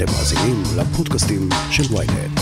אתם מאזינים לפודקאסטים של ynet.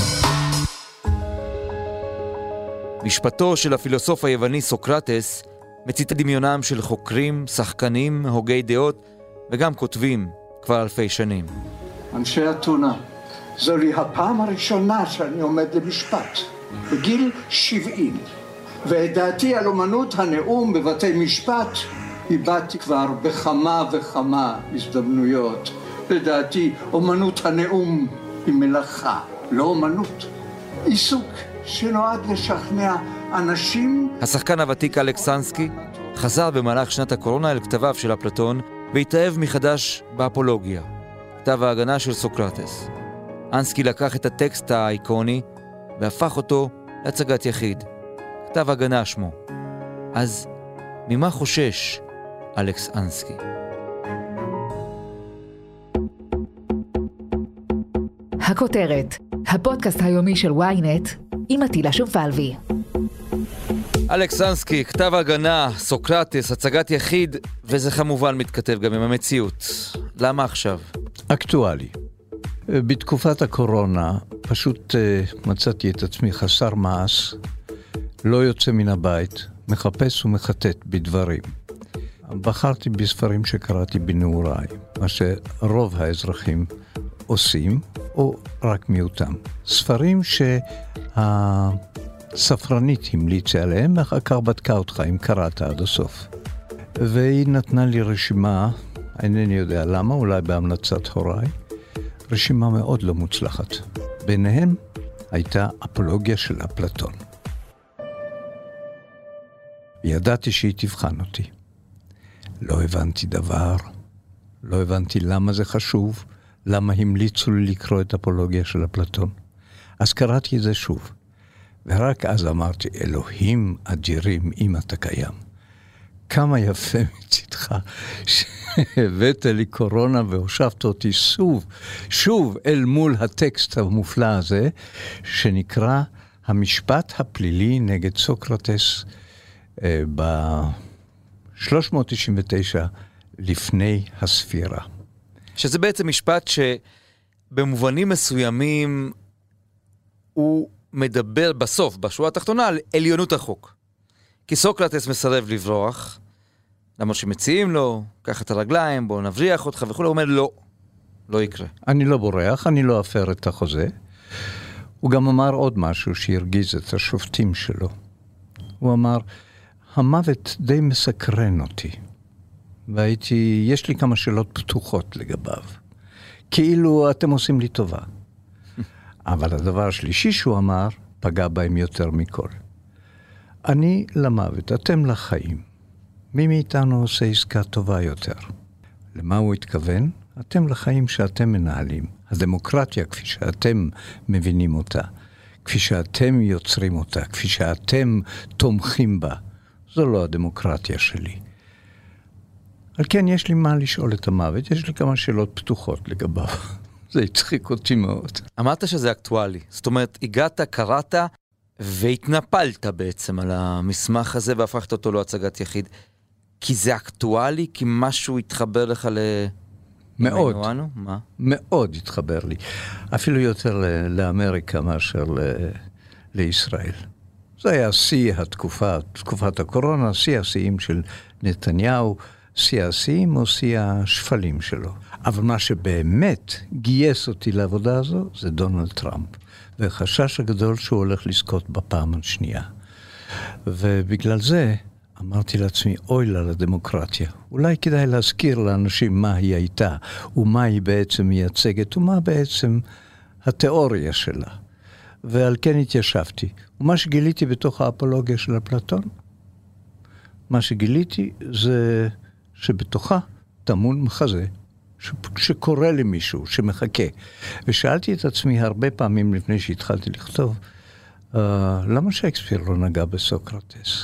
משפטו של הפילוסוף היווני סוקרטס מצית דמיונם של חוקרים, שחקנים, הוגי דעות וגם כותבים כבר אלפי שנים. אנשי אתונה, זו לי הפעם הראשונה שאני עומד למשפט, בגיל 70, ואת דעתי על אומנות הנאום בבתי משפט הבאתי כבר בכמה וכמה הזדמנויות. לדעתי, אומנות הנאום היא מלאכה, לא אומנות. עיסוק שנועד לשכנע אנשים. השחקן הוותיק אלכס אנסקי חזר במהלך שנת הקורונה אל כתביו של אפלטון והתאהב מחדש באפולוגיה, כתב ההגנה של סוקרטס. אנסקי לקח את הטקסט האיקוני והפך אותו להצגת יחיד. כתב הגנה שמו. אז ממה חושש אלכס אנסקי? הכותרת, הפודקאסט היומי של ynet עם עטילה שומפלבי. אלכס אנסקי, כתב הגנה, סוקרטס, הצגת יחיד, וזה כמובן מתכתב גם עם המציאות. למה עכשיו? אקטואלי. בתקופת הקורונה פשוט מצאתי את עצמי חסר מעש, לא יוצא מן הבית, מחפש ומחטט בדברים. בחרתי בספרים שקראתי בנעוריי, מה שרוב האזרחים עושים, או רק מיעוטם. ספרים שהספרנית המליצה עליהם, ואחר כך בדקה אותך אם קראת עד הסוף. והיא נתנה לי רשימה, אינני יודע למה, אולי בהמלצת הוריי, רשימה מאוד לא מוצלחת. ביניהם הייתה אפולוגיה של אפלטון. ידעתי שהיא תבחן אותי. לא הבנתי דבר, לא הבנתי למה זה חשוב, למה המליצו לי לקרוא את אפולוגיה של אפלטון. אז קראתי את זה שוב, ורק אז אמרתי, אלוהים אדירים אם אתה קיים. כמה יפה מצדך שהבאת לי קורונה והושבת אותי שוב אל מול הטקסט המופלא הזה, שנקרא המשפט הפלילי נגד סוקרטס ב-399 לפני הספירה. שזה בעצם משפט שבמובנים מסוימים הוא מדבר בסוף, בשורה התחתונה, על עליונות החוק. כי סוקרטס מסרב לברוח, למה שמציעים לו, קח את הרגליים, בוא נבריח אותך וכו', הוא אומר לא יקרה. אני לא בורח, אני לא אפר את החוזה. הוא גם אמר עוד משהו שהרגיז את השופטים שלו. הוא אמר, המוות די מסקרן אותי. יש לי כמה שאלות פתוחות לגביו. כאילו אתם עושים לי טובה. אבל הדבר השלישי שהוא אמר, פגע בהם יותר מכל. אני למוות, אתם לחיים. מי מאיתנו עושה עסקה טובה יותר? למה הוא התכוון? אתם לחיים שאתם מנהלים. הדמוקרטיה כפי שאתם מבינים אותה, כפי שאתם יוצרים אותה, כפי שאתם תומכים בה. זו לא הדמוקרטיה שלי. על כן יש לי מה לשאול את המוות, יש לי כמה שאלות פתוחות לגביו. זה הצחיק אותי מאוד. אמרת שזה אקטואלי, זאת אומרת, הגעת, קראת והתנפלת בעצם על המסמך הזה והפכת אותו להצגת יחיד. כי זה אקטואלי? כי משהו התחבר לך מאוד, מה? מאוד התחבר לי. אפילו יותר לאמריקה מאשר לישראל. זה היה שיא תקופת הקורונה, שיא השיאים של נתניהו, שיא השיאים או שיא השפלים שלו. אבל מה שבאמת גייס אותי לעבודה הזו זה דונלד טראמפ. והחשש הגדול שהוא הולך לזכות בפעם השנייה. ובגלל זה אמרתי לעצמי, אוי לה לדמוקרטיה. אולי כדאי להזכיר לאנשים מה היא הייתה, ומה היא בעצם מייצגת, ומה בעצם התיאוריה שלה. ועל כן התיישבתי. ומה שגיליתי בתוך האפולוגיה של אפלטון, מה שגיליתי זה שבתוכה טמון מחזה, שקורא למישהו, שמחכה. ושאלתי את עצמי הרבה פעמים לפני שהתחלתי לכתוב, למה שייקספיר לא נגע בסוקרטס?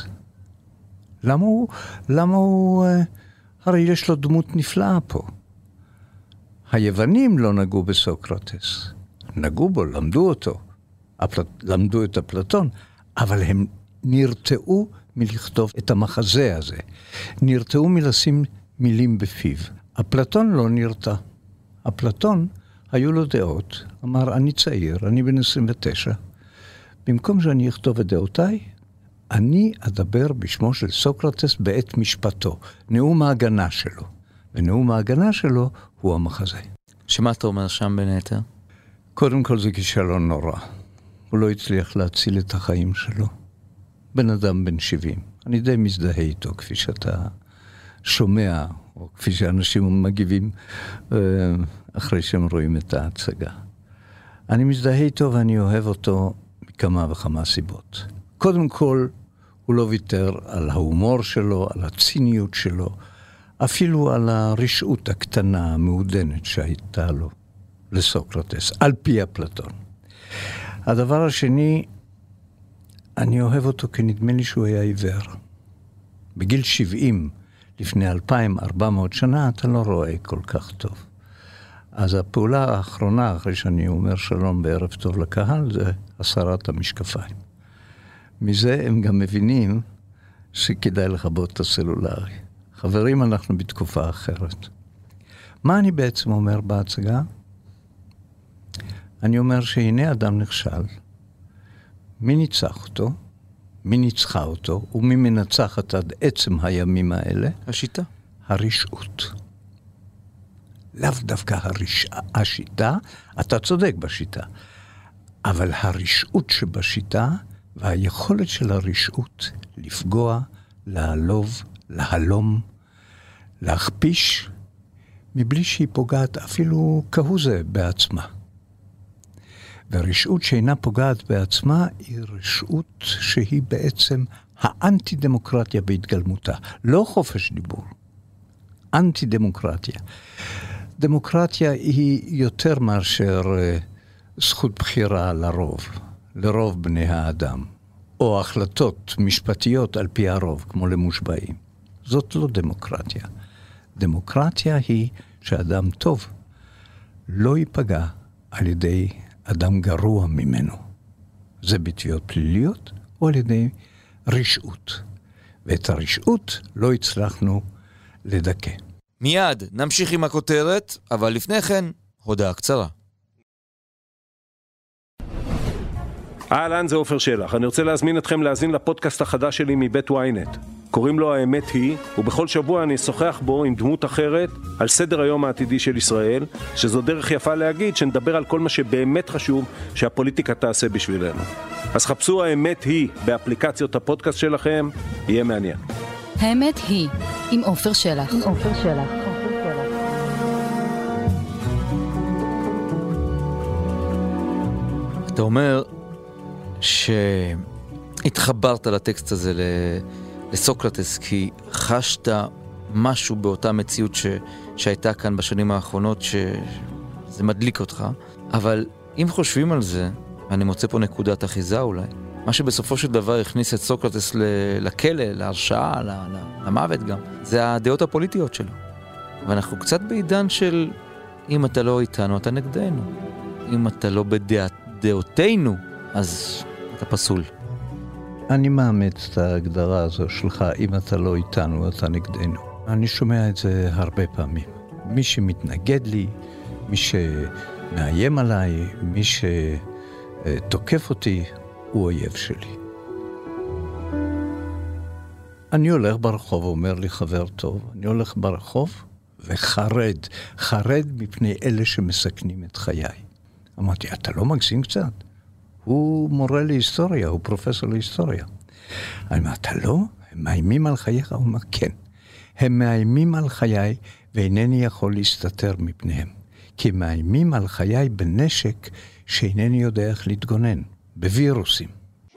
למה הוא הרי יש לו דמות נפלאה פה. היוונים לא נגעו בסוקרטס. נגעו בו, למדו אותו. למדו את אפלטון, אבל הם נרתעו מלכתוב את המחזה הזה. נרתעו מלשים מילים בפיו. אפלטון לא נרתע. אפלטון היו לו דעות, אמר, אני צעיר, אני בן 29, במקום שאני אכתוב את דעותיי, אני אדבר בשמו של סוקרטס בעת משפטו, נאום ההגנה שלו. ונאום ההגנה שלו הוא המחזה. שמה אתה אומר שם בין היתר? קודם כל זה כישלון נורא. הוא לא הצליח להציל את החיים שלו. בן אדם בן 70. אני די מזדהה איתו, כפי שאתה שומע, או כפי שאנשים מגיבים אחרי שהם רואים את ההצגה. אני מזדהה איתו ואני אוהב אותו מכמה וכמה סיבות. קודם כל, הוא לא ויתר על ההומור שלו, על הציניות שלו, אפילו על הרשעות הקטנה, המעודנת שהייתה לו לסוקרטס, על פי אפלטון. הדבר השני, אני אוהב אותו כי נדמה לי שהוא היה עיוור. בגיל 70, לפני 2,400 שנה, אתה לא רואה כל כך טוב. אז הפעולה האחרונה, אחרי שאני אומר שלום בערב טוב לקהל, זה הסרת המשקפיים. מזה הם גם מבינים שכדאי לכבות את הסלולרי. חברים, אנחנו בתקופה אחרת. מה אני בעצם אומר בהצגה? אני אומר שהנה אדם נכשל. מי ניצח אותו? מי ניצחה אותו? ומי מנצחת עד עצם הימים האלה? השיטה. הרשעות. לאו דווקא השיטה, אתה צודק בשיטה. אבל הרשעות שבשיטה, והיכולת של הרשעות לפגוע, להעלוב, להלום, להכפיש, מבלי שהיא פוגעת אפילו כהוא זה בעצמה. והרשעות שאינה פוגעת בעצמה היא רשעות שהיא בעצם האנטי-דמוקרטיה בהתגלמותה. לא חופש דיבור, אנטי-דמוקרטיה. דמוקרטיה היא יותר מאשר זכות בחירה לרוב בני האדם, או החלטות משפטיות על פי הרוב, כמו למושבעים. זאת לא דמוקרטיה. דמוקרטיה היא שאדם טוב לא ייפגע על ידי אדם גרוע ממנו. זה בתביעות פליליות או על ידי רשעות. ואת הרשעות לא הצלחנו לדכא. מיד נמשיך עם הכותרת, אבל לפני כן, הודעה קצרה. אהלן, זה עופר שלח. אני רוצה להזמין אתכם להאזין לפודקאסט החדש שלי מבית ynet. קוראים לו האמת היא, ובכל שבוע אני אשוחח בו עם דמות אחרת על סדר היום העתידי של ישראל, שזו דרך יפה להגיד שנדבר על כל מה שבאמת חשוב שהפוליטיקה תעשה בשבילנו. אז חפשו האמת היא באפליקציות הפודקאסט שלכם, יהיה מעניין. האמת היא, עם עופר שלח. אתה אומר שהתחברת לטקסט הזה לסוקרטס, כי חשת משהו באותה מציאות שהייתה כאן בשנים האחרונות, שזה מדליק אותך. אבל אם חושבים על זה, ואני מוצא פה נקודת אחיזה אולי, מה שבסופו של דבר הכניס את סוקרטס לכלא, להרשעה, למוות גם, זה הדעות הפוליטיות שלו. ואנחנו קצת בעידן של אם אתה לא איתנו, אתה נגדנו. אם אתה לא בדעותינו, אז אתה פסול. אני מאמץ את ההגדרה הזו שלך, אם אתה לא איתנו, אתה נגדנו. אני שומע את זה הרבה פעמים. מי שמתנגד לי, מי שמאיים עליי, מי שתוקף אותי, הוא אויב שלי. אני הולך ברחוב, אומר לי חבר טוב, אני הולך ברחוב וחרד מפני אלה שמסכנים את חיי. אמרתי, אתה לא מגזים קצת? הוא מורה להיסטוריה, הוא פרופסור להיסטוריה. אני אומר, אתה לא? הם מאיימים על חייך? הוא אומר, כן. הם מאיימים על חיי, ואינני יכול להסתתר מפניהם. כי הם מאיימים על חיי בנשק שאינני יודע איך להתגונן, בווירוסים.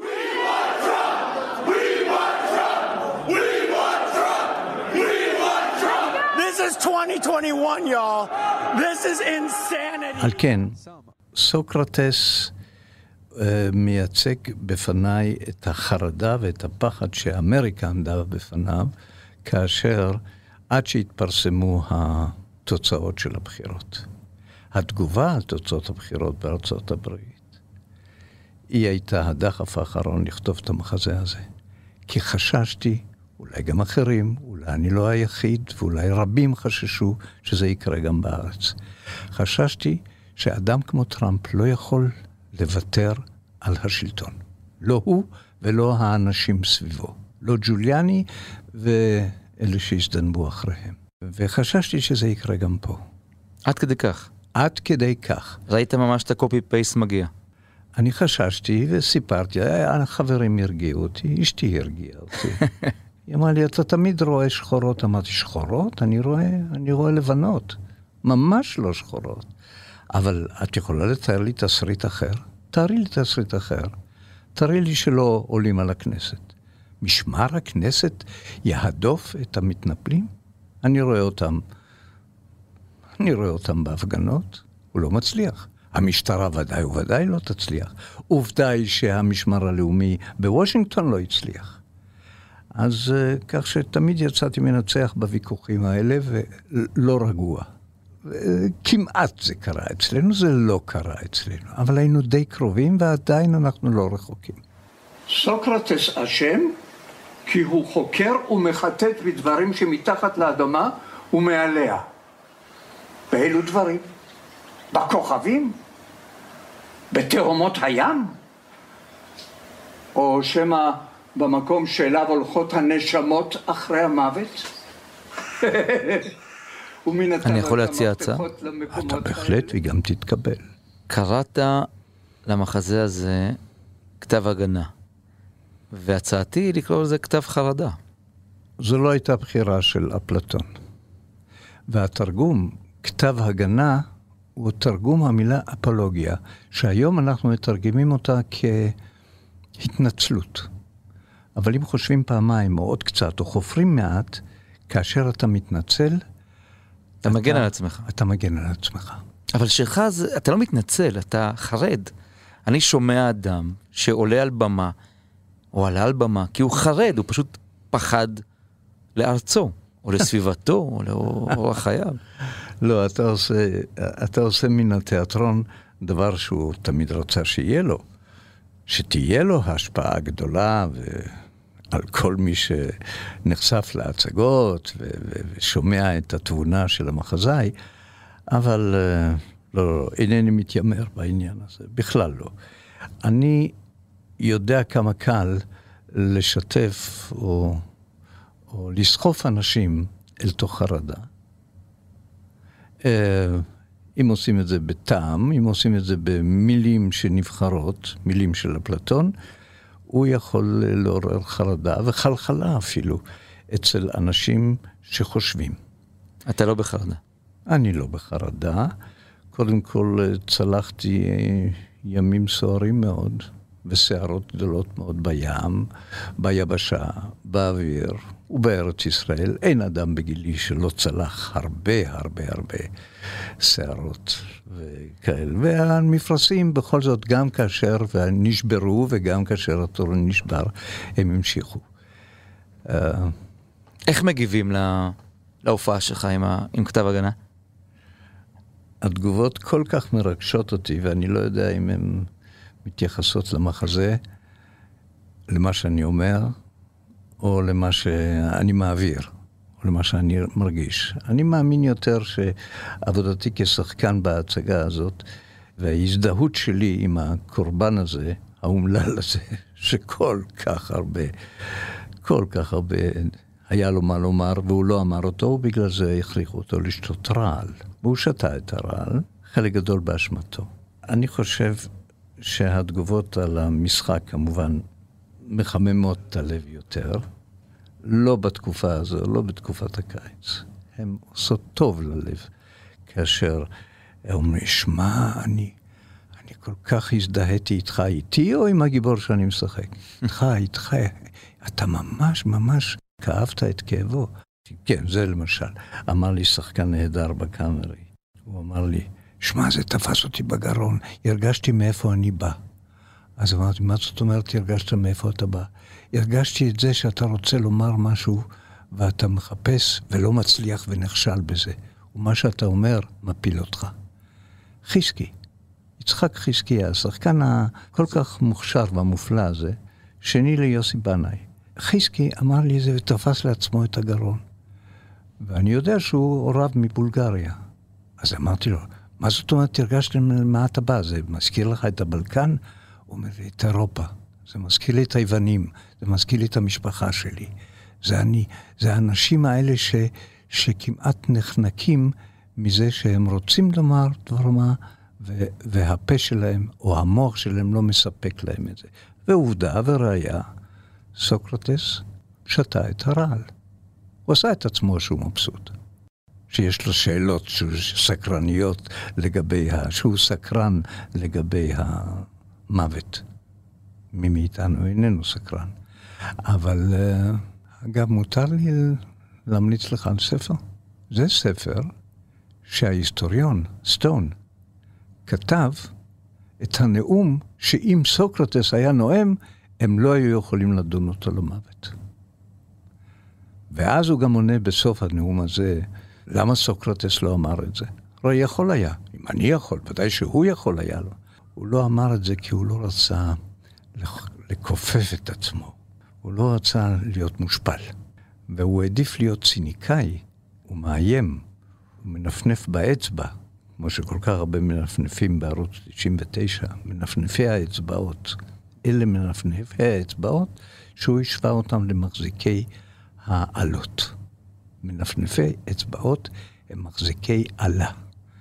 This is 2021, y'all. This is insanity. על כן, סוקרטס מייצג בפניי את החרדה ואת הפחד שאמריקה עמדה בפניו, כאשר עד שהתפרסמו התוצאות של הבחירות. התגובה על תוצאות הבחירות בארצות הברית, היא הייתה הדחף האחרון לכתוב את המחזה הזה. כי חששתי, אולי גם אחרים, אולי אני לא היחיד, ואולי רבים חששו שזה יקרה גם בארץ. חששתי שאדם כמו טראמפ לא יכול לוותר על השלטון. לא הוא ולא האנשים סביבו. לא ג'וליאני ואלה שהזדנבו אחריהם. וחששתי שזה יקרה גם פה. עד כדי כך? עד כדי כך. ראית ממש את הקופי פייסט מגיע? אני חששתי וסיפרתי, החברים הרגיעו אותי, אשתי הרגיעה אותי. היא אמרה לי, אתה תמיד רואה שחורות. אמרתי, שחורות? אני רואה לבנות. ממש לא שחורות. אבל את יכולה לתאר לי תסריט אחר? תארי לי תסריט אחר. תראי לי שלא עולים על הכנסת. משמר הכנסת יהדוף את המתנפלים? אני רואה אותם בהפגנות, הוא לא מצליח. המשטרה ודאי וודאי לא תצליח. עובדה היא שהמשמר הלאומי בוושינגטון לא הצליח. אז כך שתמיד יצאתי מנצח בוויכוחים האלה ולא רגוע. כמעט זה קרה אצלנו, זה לא קרה אצלנו. אבל היינו די קרובים ועדיין אנחנו לא רחוקים. סוקרטס אשם כי הוא חוקר ומחטט בדברים שמתחת לאדמה ומעליה. באילו דברים? בכוכבים? בתהומות הים? או שמא במקום שאליו הולכות הנשמות אחרי המוות? אני יכול להציע הצעה? אתה בהחלט וגם תתקבל. קראת למחזה הזה כתב הגנה, והצעתי היא לקרוא לזה כתב חרדה. זו לא הייתה בחירה של אפלטון. והתרגום, כתב הגנה, הוא תרגום המילה אפולוגיה, שהיום אנחנו מתרגמים אותה כהתנצלות. אבל אם חושבים פעמיים או עוד קצת, או חופרים מעט, כאשר אתה מתנצל, אתה מגן על עצמך. אתה מגן על עצמך. אבל שלך אתה לא מתנצל, אתה חרד. אני שומע אדם שעולה על במה, או עלה על במה, כי הוא חרד, הוא פשוט פחד לארצו, או לסביבתו, או לאורח חייו. לא, אתה עושה מן התיאטרון דבר שהוא תמיד רצה שיהיה לו. שתהיה לו השפעה גדולה על כל מי שנחשף להצגות ושומע את התבונה של המחזאי, אבל לא, אינני מתיימר בעניין הזה, בכלל לא. אני יודע כמה קל לשתף או לסחוף אנשים אל תוך חרדה. אם עושים את זה בטעם, אם עושים את זה במילים שנבחרות, מילים של אפלטון, הוא יכול לעורר חרדה וחלחלה אפילו אצל אנשים שחושבים. אתה לא בחרדה? אני לא בחרדה. קודם כל צלחתי ימים סוערים מאוד, וסערות גדולות מאוד בים, ביבשה, באוויר ובארץ ישראל. אין אדם בגילי שלא צלח הרבה סערות וכאלה. והמפרשים בכל זאת גם כאשר נשברו וגם כאשר התורן נשבר, הם המשיכו. איך מגיבים להופעה שלך עם כתב הגנה? התגובות כל כך מרגשות אותי, ואני לא יודע אם הן מתייחסות למחזה, למה שאני אומר, או למה שאני מעביר, או למה שאני מרגיש. אני מאמין יותר שעבודתי כשחקן בהצגה הזאת, וההזדהות שלי עם הקורבן הזה, האומלל הזה, שכל כך הרבה היה לו מה לומר, והוא לא אמר אותו, ובגלל זה הכריחו אותו לשתות רעל. והוא שתה את הרעל, חלק גדול באשמתו. אני חושב שהתגובות על המשחק כמובן מחממות את הלב יותר, לא בתקופה הזו, לא בתקופת הקיץ. הן עושות טוב ללב, כאשר אומרים, שמע, אני כל כך הזדהיתי איתך, איתי או עם הגיבור שאני משחק? איתך, אתה ממש כאבת את כאבו. כן, זה למשל. אמר לי שחקן נהדר בקאמרי. הוא אמר לי, שמע, זה תפס אותי בגרון, הרגשתי מאיפה אני בא. אז אמרתי, מה זאת אומרת, הרגשת מאיפה אתה בא? הרגשתי את זה שאתה רוצה לומר משהו, ואתה מחפש ולא מצליח ונכשל בזה. ומה שאתה אומר, מפיל אותך. חיסקי, יצחק חיסקי, השחקן הכל כך מוכשר והמופלא הזה, שני ליוסי בנאי. חיסקי אמר לי זה ותפס לעצמו את הגרון. ואני יודע שהוא הוריו מבולגריה. אז אמרתי לו, מה זאת אומרת, תרגשת למה אתה בא? זה מזכיר לך את הבלקן? הוא אומר לי, את אירופה. זה מזכיר לי את היוונים, זה מזכיר לי את המשפחה שלי. זה אני, זה האנשים האלה שכמעט נחנקים מזה שהם רוצים לומר דבר מה, והפה שלהם או המוח שלהם לא מספק להם את זה. ועובדה וראיה, סוקרטס שתה את הרעל. הוא עשה את עצמו שהוא מבסוט. שיש לו שאלות סקרניות לגבי, שהוא סקרן לגבי המוות. מי מאיתנו איננו סקרן. אבל אגב, מותר לי להמליץ לך על ספר. זה ספר שההיסטוריון, סטון, כתב את הנאום שאם סוקרטס היה נואם, הם לא היו יכולים לדון אותו למוות. ואז הוא גם עונה בסוף הנאום הזה, למה סוקרטס לא אמר את זה? הרי יכול היה, אם אני יכול, ודאי שהוא יכול היה לו. הוא לא אמר את זה כי הוא לא רצה לכופף את עצמו. הוא לא רצה להיות מושפל. והוא העדיף להיות ציניקאי, הוא מאיים, הוא מנפנף באצבע, כמו שכל כך הרבה מנפנפים בערוץ 99, מנפנפי האצבעות. אלה מנפנפי האצבעות שהוא השווה אותם למחזיקי העלות. מנפנפי אצבעות הם מחזיקי עלה.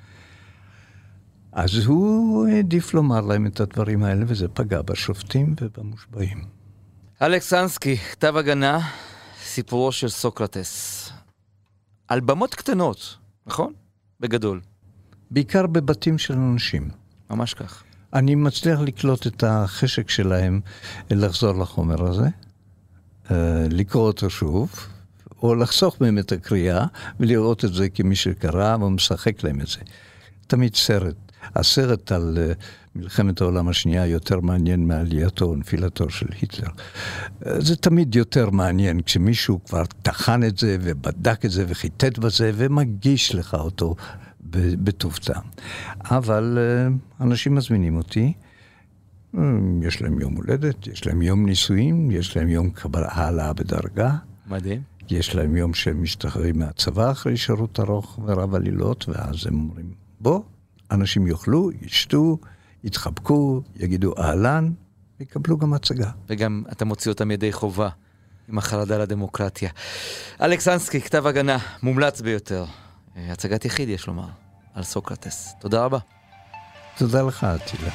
אז הוא העדיף לומר להם את הדברים האלה, וזה פגע בשופטים ובמושבעים. אלכס אנסקי, כתב הגנה, סיפורו של סוקרטס. על במות קטנות, נכון? בגדול. בעיקר בבתים של אנשים. ממש כך. אני מצליח לקלוט את החשק שלהם לחזור לחומר הזה, לקרוא אותו שוב, או לחסוך מהם את הקריאה, ולראות את זה כמי שקרא, ומשחק להם את זה. תמיד הסרט על מלחמת העולם השנייה יותר מעניין מעלייתו ונפילתו של היטלר. זה תמיד יותר מעניין כשמישהו כבר תחן את זה ובדק את זה וחיטט בזה ומגיש לך אותו בטוב טעם. אבל אנשים מזמינים אותי, יש להם יום הולדת, יש להם יום נישואים, יש להם יום העלאה בדרגה. מדהים. יש להם יום שהם משתחררים מהצבא אחרי שירות ארוך ורב עלילות, ואז הם אומרים, בוא, אנשים יאכלו, ישתו, יתחבקו, יגידו אהלן, ויקבלו גם הצגה. וגם אתה מוציא אותם ידי חובה, עם החרדה לדמוקרטיה. אלכס אנסקי, כתב הגנה, מומלץ ביותר. הצגת יחיד, יש לומר, על סוקרטס. תודה רבה. תודה לך, אטילה.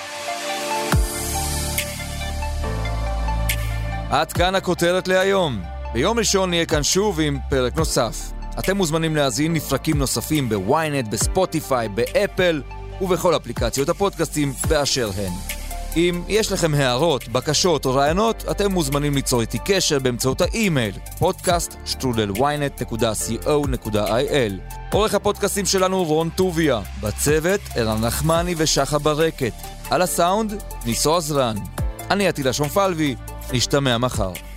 עד כאן הכותרת להיום. ביום ראשון נהיה כאן שוב עם פרק נוסף. אתם מוזמנים להזין לפרקים נוספים בוויינט, בספוטיפיי, באפל ובכל אפליקציות הפודקאסטים באשר הן. אם יש לכם הערות, בקשות או רעיונות, אתם מוזמנים ליצור איתי קשר באמצעות האימייל podcast@ynet.co.il. עורך הפודקאסטים שלנו רון טוביה, בצוות ערן נחמני ושחה ברקת, על הסאונד ניסו עזרן. אני עטילה שומפלבי, נשתמע מחר.